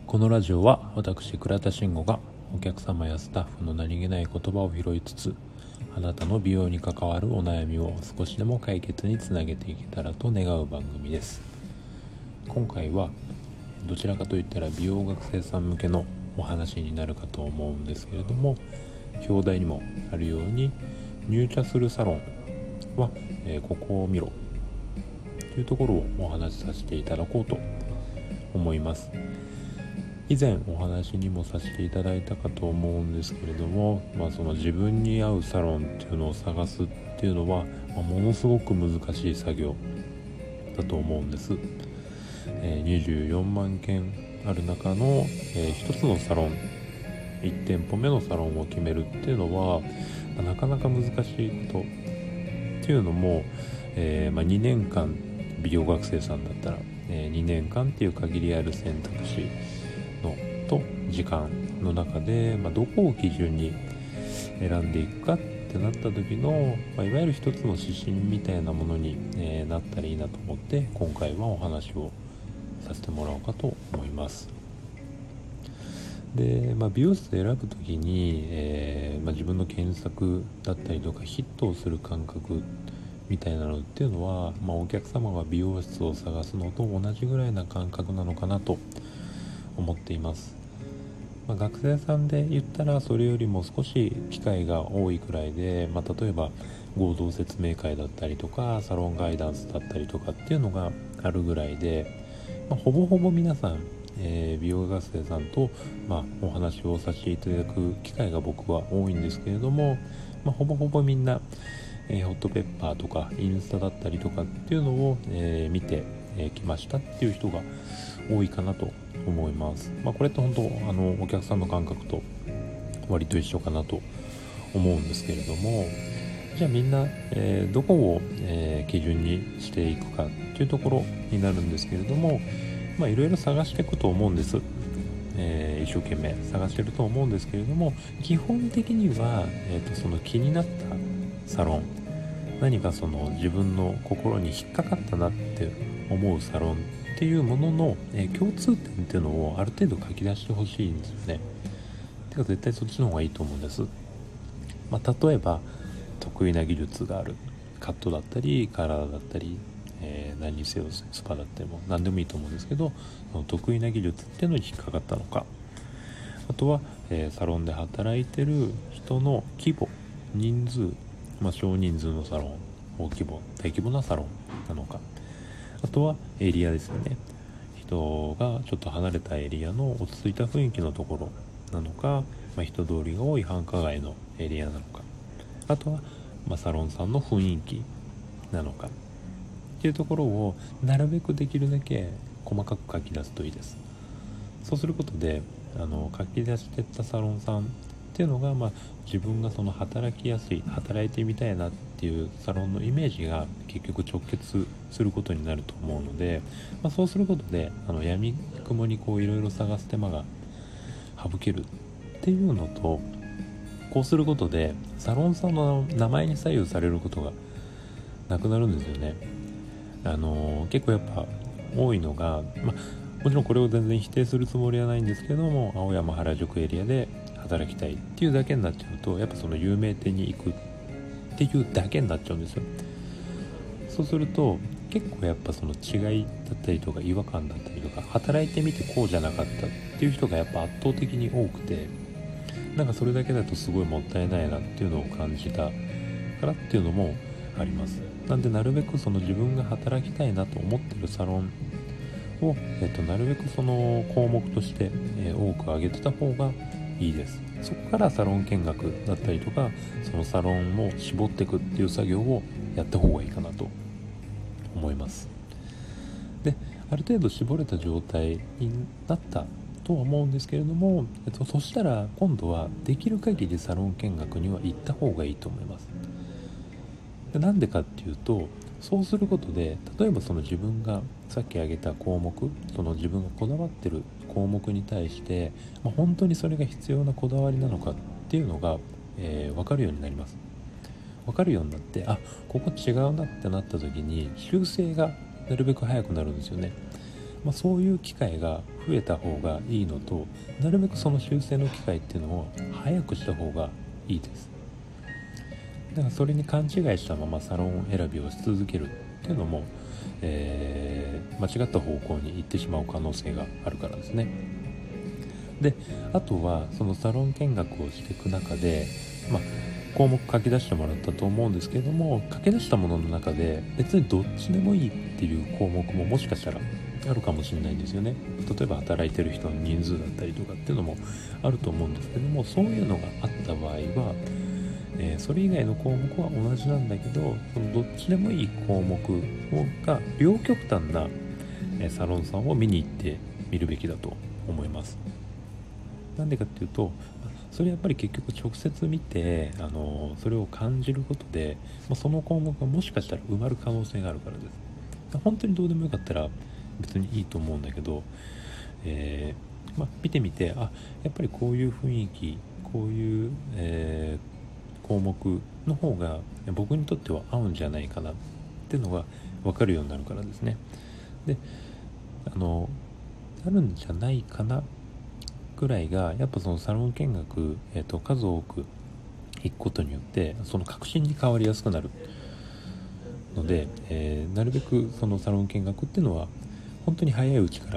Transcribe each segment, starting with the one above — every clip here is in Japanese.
このラジオは私倉田慎吾がお客様やスタッフの何気ない言葉を拾いつつ、あなたの美容に関わるお悩みを少しでも解決につなげていけたらと願う番組です。今回はどちらかといったら美容学生さん向けのお話になるかと思うんですけれども、表題にもあるように入社するサロンは、ここを見ろというところをお話しさせていただこうと思います。以前お話にもさせていただいたかと思うんですけれども、その自分に合うサロンっていうのを探すっていうのは、ものすごく難しい作業だと思うんです。24万件ある中の、一つのサロン、1店舗目のサロンを決めるっていうのは、なかなか難しいことっていうのも、2年間美容学生さんだったら、2年間っていう限りある選択肢のと時間の中で、どこを基準に選んでいくかってなった時の、いわゆる一つの指針みたいなものに、なったらいいなと思って今回はお話をさせてもらおうかと思います。で、美容室で選ぶ時に、自分の検索だったりとかヒットをする感覚みたいなのっていうのは、お客様が美容室を探すのと同じぐらいな感覚なのかなと思っています。学生さんで言ったらそれよりも少し機会が多いくらいで、例えば合同説明会だったりとかサロンガイダンスだったりとかっていうのがあるぐらいで、ほぼほぼ皆さん、美容学生さんと、お話をさせていただく機会が僕は多いんですけれども、ほぼほぼみんな、ホットペッパーとかインスタだったりとかっていうのを、見てきましたっていう人が多いかなと思います。これって本当お客さんの感覚と割と一緒かなと思うんですけれども、じゃあみんな、どこを、基準にしていくかっていうところになるんですけれども、いろいろ探していくと思うんです。一生懸命探してると思うんですけれども、基本的には、その気になったサロン、何かその自分の心に引っかかったなって思うサロンっていうものの、共通点っていうのをある程度書き出してほしいんですよね。てか絶対そっちの方がいいと思うんです。例えば得意な技術があるカットだったりカラーだったり、何にせよスパだったりも何でもいいと思うんですけど、その得意な技術っていうのに引っかかったのか、あとは、サロンで働いてる人の規模、人数、少人数のサロン、大規模なサロンなのか、あとはエリアですよね。人がちょっと離れたエリアの落ち着いた雰囲気のところなのか、人通りが多い繁華街のエリアなのか、あとは、サロンさんの雰囲気なのかっていうところをなるべくできるだけ細かく書き出すといいです。そうすることで書き出していったサロンさんっていうのが、自分がその働きやすい、働いてみたいなっていうサロンのイメージが結局直結することになると思うので、そうすることで闇雲にこういろいろ探す手間が省けるっていうのと、こうすることでサロンさんの名前に左右されることがなくなるんですよね。結構やっぱ多いのが、もちろんこれを全然否定するつもりはないんですけども、青山原宿エリアで働きたいっていうだけになっちゃうと、やっぱその有名店に行くっていうだけになっちゃうんですよ。そうすると結構やっぱその違いだったりとか違和感だったりとか、働いてみてこうじゃなかったっていう人がやっぱ圧倒的に多くて、それだけだとすごいもったいないなっていうのを感じたからっていうのもあります。なんでなるべくその自分が働きたいなと思ってるサロンを、なるべくその項目として、多く挙げてた方がいいです。そこからサロン見学だったりとか、そのサロンを絞っていくっていう作業をやった方がいいかなと思います。で、ある程度絞れた状態になったとは思うんですけれども、そしたら今度はできる限りサロン見学には行った方がいいと思います。で、なんでかっていうと、そうすることで例えばその自分がさっき挙げた項目、その自分がこだわってる項目に対して、本当にそれが必要なこだわりなのかっていうのが、分かるようになります。分かるようになって、ここ違うなってなった時に修正がなるべく早くなるんですよね。 そういう機会が増えた方がいいのと、なるべくその修正の機会っていうのを早くした方がいいです。だからそれに勘違いしたままサロン選びをし続けるっていうのも、間違った方向に行ってしまう可能性があるからですね。で、あとはそのサロン見学をしていく中で、項目書き出してもらったと思うんですけれども、書き出したものの中で別にどっちでもいいっていう項目ももしかしたらあるかもしれないんですよね。例えば働いてる人の人数だったりとかっていうのもあると思うんですけども、そういうのがあった場合は、それ以外の項目は同じなんだけど、そのどっちでもいい項目が両極端なサロンさんを見に行ってみるべきだと思います。なんでかっていうと、それやっぱり結局直接見てそれを感じることで、その項目がもしかしたら埋まる可能性があるからです。本当にどうでもよかったら別にいいと思うんだけど、見てみて、やっぱりこういう雰囲気、こういう、項目の方が僕にとっては合うんじゃないかなっていうのが分かるようになるからですね。で、あるんじゃないかなぐらいが、やっぱそのサロン見学、数多く行くことによってその確信に変わりやすくなるので、なるべくそのサロン見学っていうのは本当に早いうちから、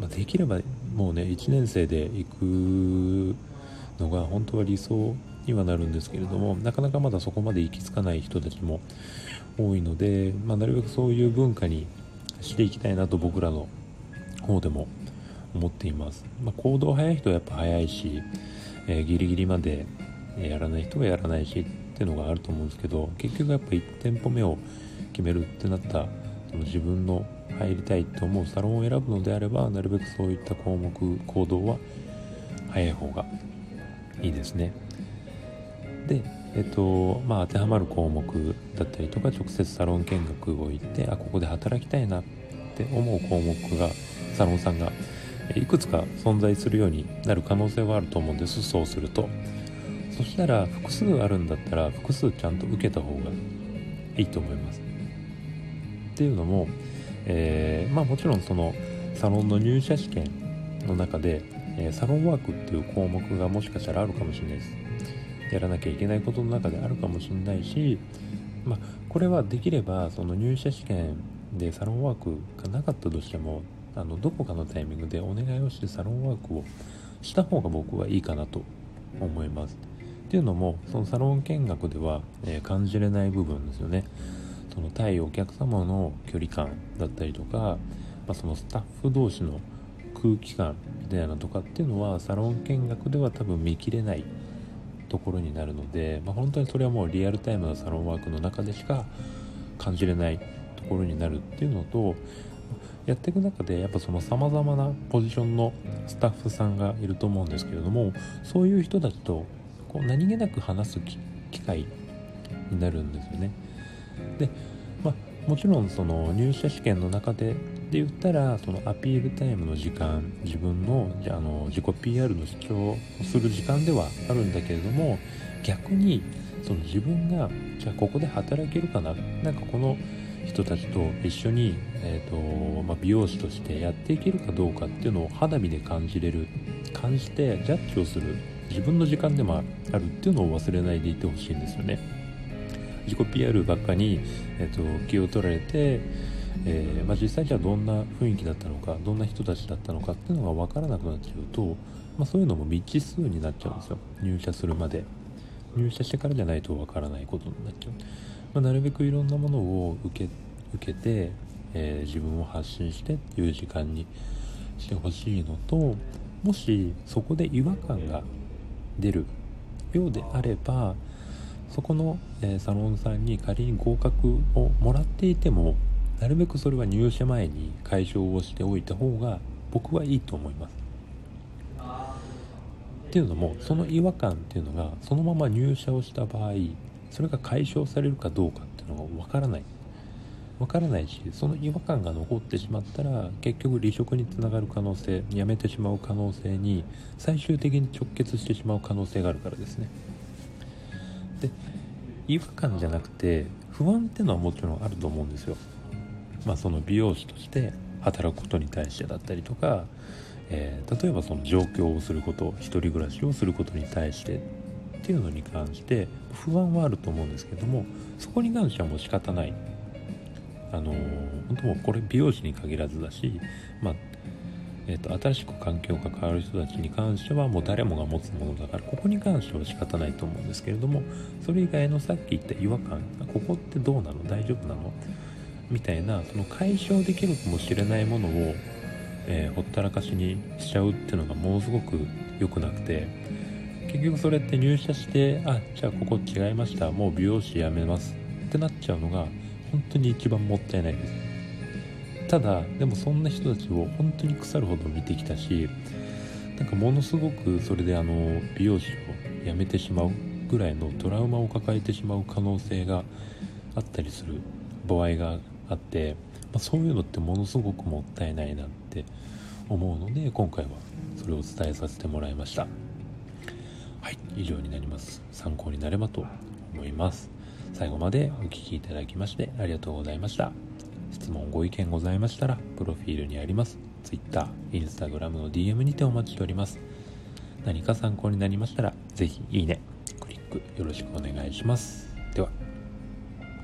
できればもうね1年生で行くのが本当は理想にはなるんですけれども、なかなかまだそこまで行き着かない人たちも多いので、なるべくそういう文化にしていきたいなと僕らの方でも思っています。行動早い人はやっぱ早いし、ギリギリまでやらない人はやらないしっていうのがあると思うんですけど、結局やっぱ1店舗目を決めるってなったその自分の入りたいと思うサロンを選ぶのであれば、なるべくそういった項目行動は早い方がいいですね。で、当てはまる項目だったりとか、直接サロン見学を行って、ここで働きたいなって思う項目がサロンさんがいくつか存在するようになる可能性はあると思うんです。そうすると、そしたら複数あるんだったら複数ちゃんと受けた方がいいと思います。っていうのも、もちろんそのサロンの入社試験の中で、サロンワークっていう項目がもしかしたらあるかもしれないです。やらなきゃいけないことの中であるかもしれないし、これはできればその入社試験でサロンワークがなかったとしても、どこかのタイミングでお願いをしてサロンワークをした方が僕はいいかなと思います。っていうのも、そのサロン見学では、感じれない部分ですよね。その対お客様の距離感だったりとか、そのスタッフ同士の空気感みたいなとかっていうのはサロン見学では多分見切れないところになるので、本当にそれはもうリアルタイムのサロンワークの中でしか感じれないところになるっていうのと、やっていく中でやっぱその様々なポジションのスタッフさんがいると思うんですけれども、そういう人たちと何気なく話す機会になるんですよね。で、もちろんその入社試験の中で言ったら、そのアピールタイムの時間、自分の自己 PR の主張をする時間ではあるんだけれども、逆にその自分がじゃあここで働けるかな、この人たちと一緒に、美容師としてやっていけるかどうかっていうのを肌身で感じてジャッジをする自分の時間でもあるっていうのを忘れないでいてほしいんですよね。自己 PR ばっかに、気を取られて、実際じゃあどんな雰囲気だったのか、どんな人たちだったのかっていうのが分からなくなっちゃうと、そういうのも未知数になっちゃうんですよ。入社するまで、入社してからじゃないと分からないことになっちゃう。なるべくいろんなものを受けて、自分を発信してっていう時間にしてほしいのと、もしそこで違和感が出るようであれば、そこの、サロンさんに仮に合格をもらっていても、なるべくそれは入社前に解消をしておいた方が僕はいいと思います。っていうのも、その違和感っていうのがそのまま入社をした場合、それが解消されるかどうかっていうのが分からないし、その違和感が残ってしまったら結局離職につながる可能性、辞めてしまう可能性に最終的に直結してしまう可能性があるからですね。で、違和感じゃなくて不安っていうのはもちろんあると思うんですよ。その美容師として働くことに対してだったりとか、例えばその上京をすること、一人暮らしをすることに対してっていうのに関して不安はあると思うんですけども、そこに関してはもう仕方ない。本当もうこれ美容師に限らずだし、新しく環境が変わる人たちに関してはもう誰もが持つものだから、ここに関しては仕方ないと思うんですけれども、それ以外のさっき言った違和感、ここってどうなの、大丈夫なのみたいな、その解消できるかもしれないものを、ほったらかしにしちゃうっていうのがものすごく良くなくて、結局それって入社して、じゃあここ違いました、もう美容師辞めますってなっちゃうのが本当に一番もったいないです。ただでもそんな人たちを本当に腐るほど見てきたし、なんかものすごくそれで美容師を辞めてしまうぐらいのトラウマを抱えてしまう可能性があったりする場合があって、そういうのってものすごくもったいないなって思うので、今回はそれを伝えさせてもらいました。はい、以上になります。参考になればと思います。最後までお聞きいただきましてありがとうございました。質問ご意見ございましたらプロフィールにあります Twitter、Instagram の DM にてお待ちしております。何か参考になりましたらぜひいいね、クリックよろしくお願いします。では。